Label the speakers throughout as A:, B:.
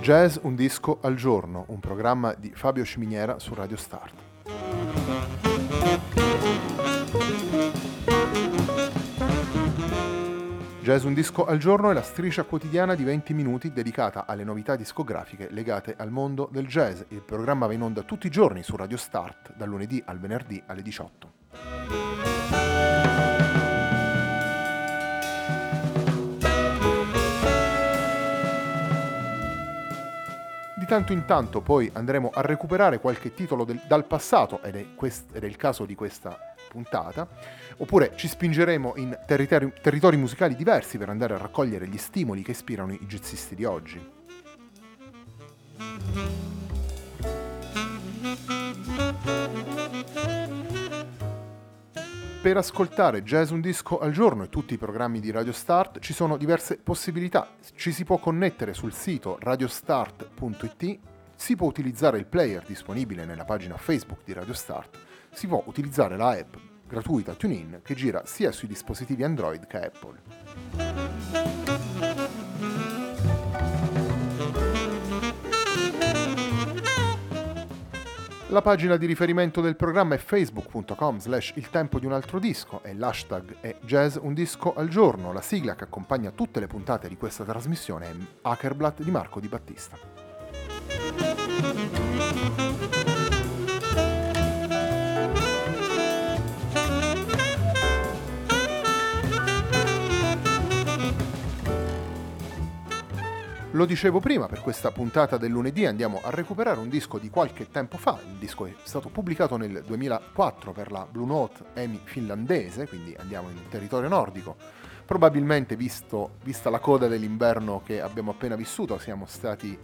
A: Jazz un disco al giorno, un programma di Fabio Ciminiera su Radio Start. Jazz un disco al giorno è la striscia quotidiana di 20 minuti dedicata alle novità discografiche legate al mondo del jazz. Il programma va in onda tutti i giorni su Radio Start, dal lunedì al venerdì alle 18. Di tanto in tanto poi andremo a recuperare qualche titolo dal passato, ed è il caso di questa puntata, oppure ci spingeremo in territori musicali diversi per andare a raccogliere gli stimoli che ispirano i jazzisti di oggi. Per ascoltare Jazz un disco al giorno e tutti i programmi di Radio Start ci sono diverse possibilità. Ci si può connettere sul sito radiostart.it, si può utilizzare il player disponibile nella pagina Facebook di Radio Start, si può utilizzare la app gratuita TuneIn che gira sia sui dispositivi Android che Apple. La pagina di riferimento del programma è facebook.com/il tempo di un altro disco e l'hashtag è Jazz un disco al giorno. La sigla che accompagna tutte le puntate di questa trasmissione è Hakerblatt di Marco Di Battista. Lo dicevo prima, per questa puntata del lunedì andiamo a recuperare un disco di qualche tempo fa. Il disco è stato pubblicato nel 2004 per la Blue Note EMI finlandese, quindi andiamo in territorio nordico. Probabilmente, vista la coda dell'inverno che abbiamo appena vissuto, siamo stati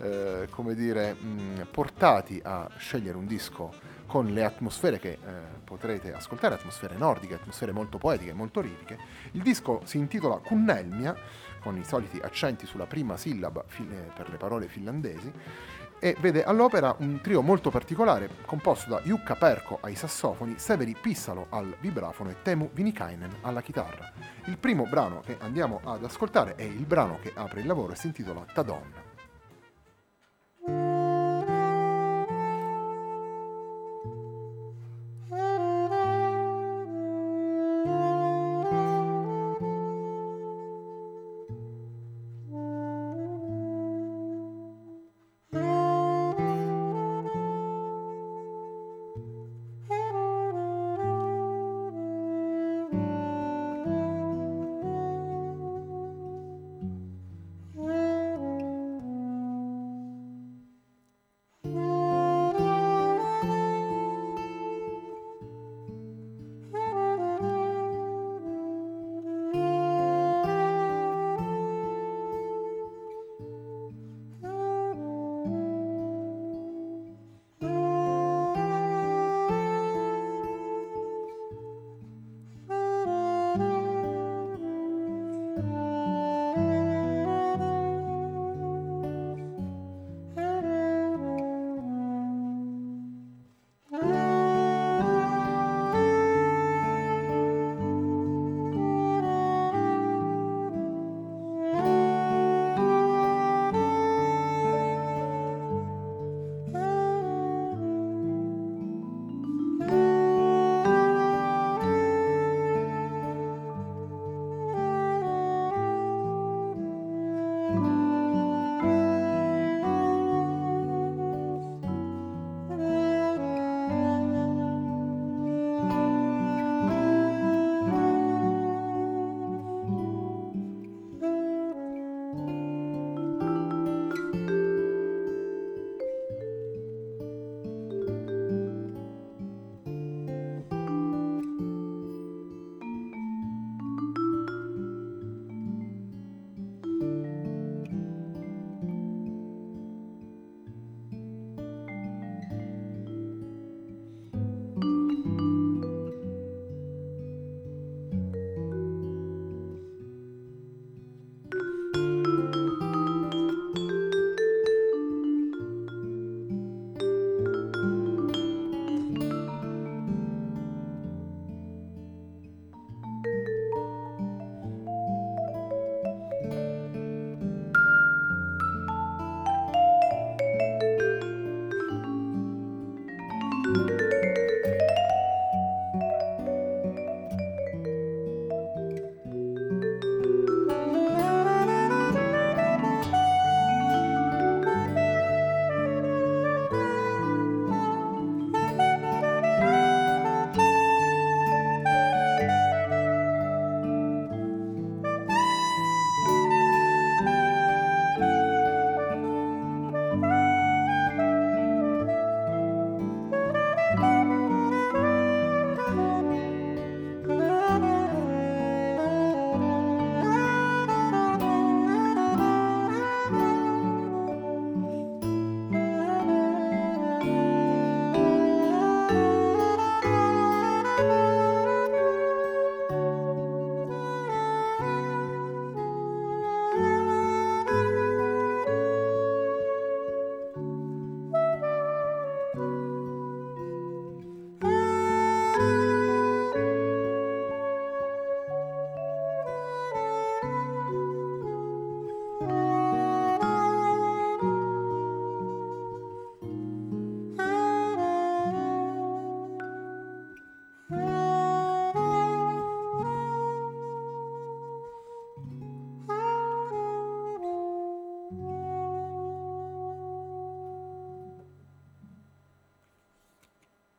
A: portati a scegliere un disco con le atmosfere che potrete ascoltare, atmosfere nordiche, atmosfere molto poetiche, molto liriche. Il disco si intitola Kunnelmia, con i soliti accenti sulla prima sillaba per le parole finlandesi, e vede all'opera un trio molto particolare composto da Jukka Perko ai sassofoni, Severi Pissalo al vibrafono e Teemu Vinikainen alla chitarra. Il primo brano che andiamo ad ascoltare è il brano che apre il lavoro e si intitola Tadon.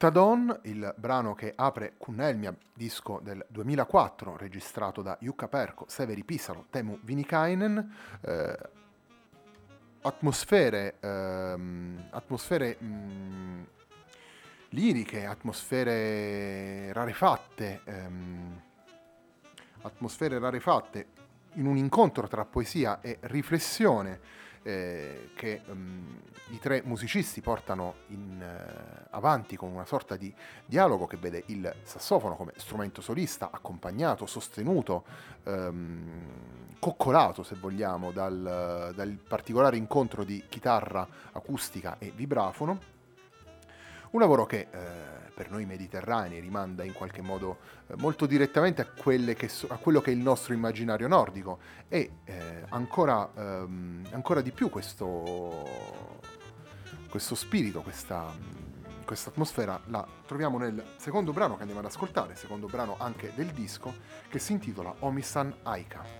A: Tadon, il brano che apre Kunnelmia, disco del 2004, registrato da Jukka Perko, Severi Pisalo, Teemu Vinikainen, atmosfere liriche, atmosfere rarefatte in un incontro tra poesia e riflessione che i tre musicisti portano avanti con una sorta di dialogo che vede il sassofono come strumento solista, accompagnato, sostenuto, coccolato se vogliamo dal particolare incontro di chitarra acustica e vibrafono. Un lavoro che per noi mediterranei rimanda in qualche modo molto direttamente a quello che è il nostro immaginario nordico e ancora di più questo spirito, questa atmosfera la troviamo nel secondo brano che andiamo ad ascoltare, secondo brano anche del disco, che si intitola Omisan Aika.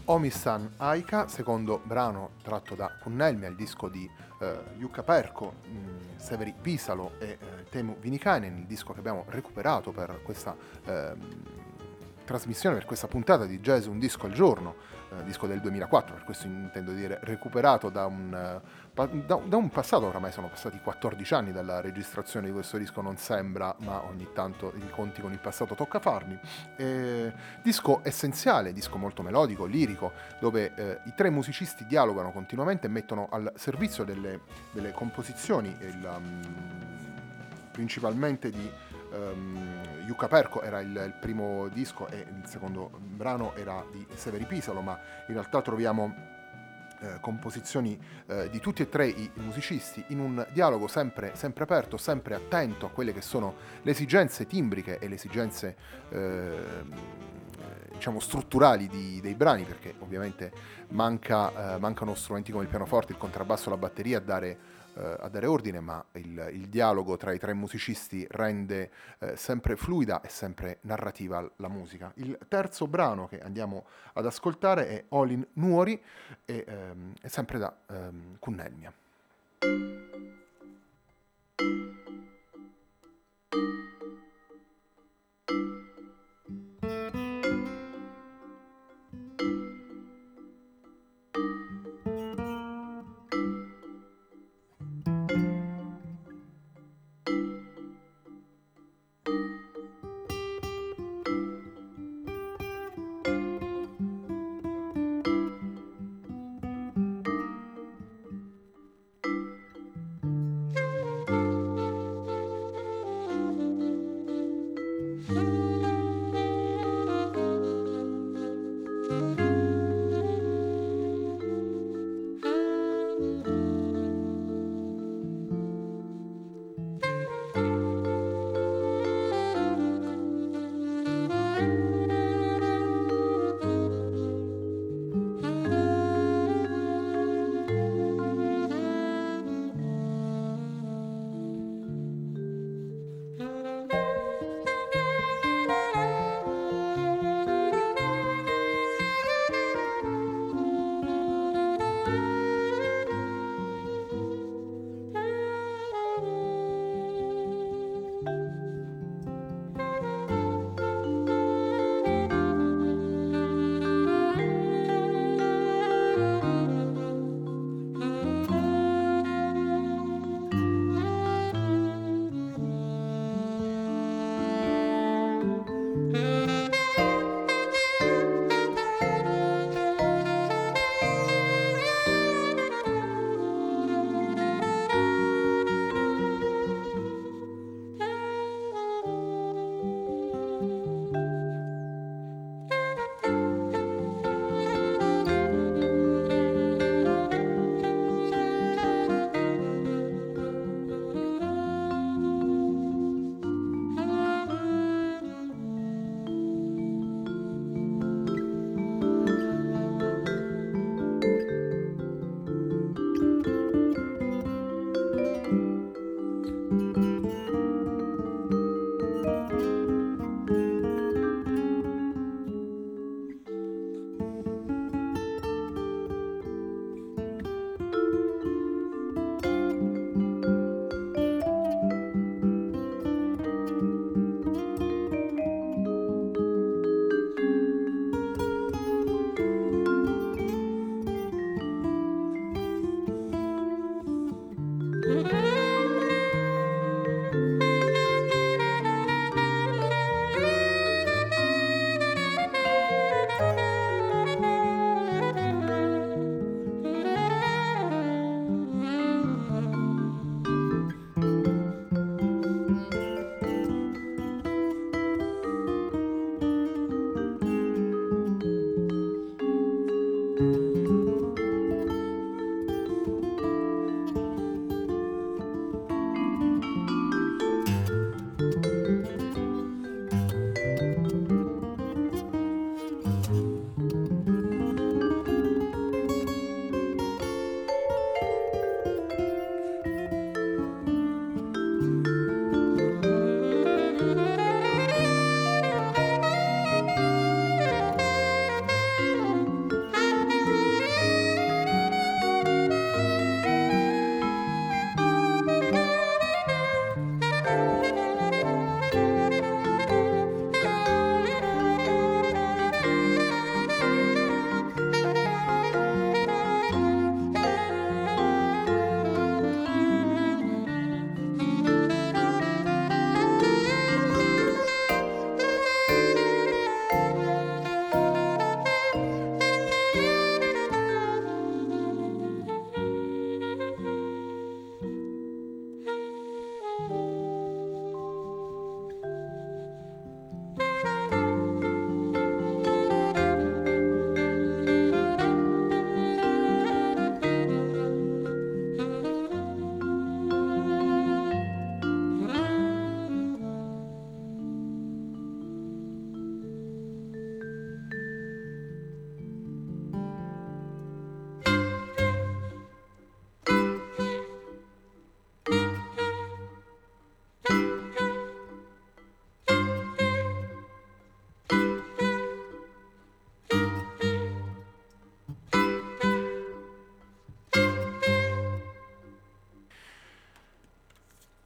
A: Omi-san Aika, secondo brano tratto da Kunnelmia, il disco di Jukka Perko, Severi Pisalo e Teemu Vinikainen, il disco che abbiamo recuperato per questa trasmissione, per questa puntata di Jazz Un Disco al Giorno, disco del 2004, per questo intendo dire recuperato da un passato. Oramai sono passati 14 anni dalla registrazione di questo disco, non sembra, ma ogni tanto i conti con il passato tocca farli. Disco essenziale, disco molto melodico, lirico, dove i tre musicisti dialogano continuamente e mettono al servizio delle composizioni, principalmente di Jukka Perko. Era il primo disco e il secondo brano era di Severi Pisalo, ma in realtà troviamo composizioni di tutti e tre i musicisti in un dialogo sempre aperto, sempre attento a quelle che sono le esigenze timbriche e le esigenze diciamo strutturali dei brani, perché ovviamente mancano strumenti come il pianoforte, il contrabbasso, la batteria a dare ordine, ma il dialogo tra i tre musicisti rende sempre fluida e sempre narrativa la musica. Il terzo brano che andiamo ad ascoltare è Olin Nuori e è sempre da Kunnelmia.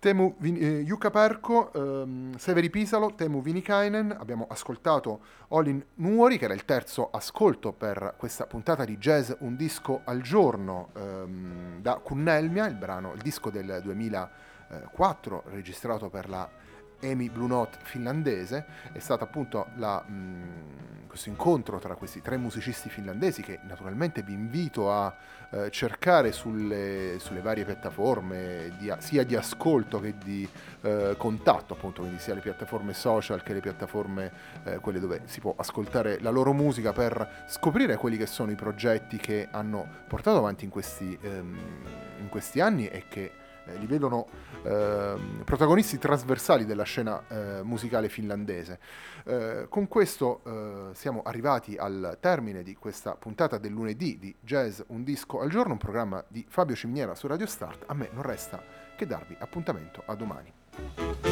A: Jukka Perkko, Severi Pisalo, Teemu Vinikainen. Abbiamo ascoltato Olin Nuori, che era il terzo ascolto per questa puntata di Jazz Un Disco al Giorno, da Kunnelmia, il disco del 2004, registrato per la EMI Blue Note finlandese. È stato appunto questo incontro tra questi tre musicisti finlandesi, che naturalmente vi invito a cercare sulle varie piattaforme sia di ascolto che di contatto, appunto, quindi sia le piattaforme social che le piattaforme quelle dove si può ascoltare la loro musica, per scoprire quelli che sono i progetti che hanno portato avanti in questi anni e che li vedono protagonisti trasversali della scena musicale finlandese. Con questo siamo arrivati al termine di questa puntata del lunedì di Jazz Un Disco al Giorno, un programma di Fabio Ciminiera su Radio Start. A me non resta che darvi appuntamento a domani.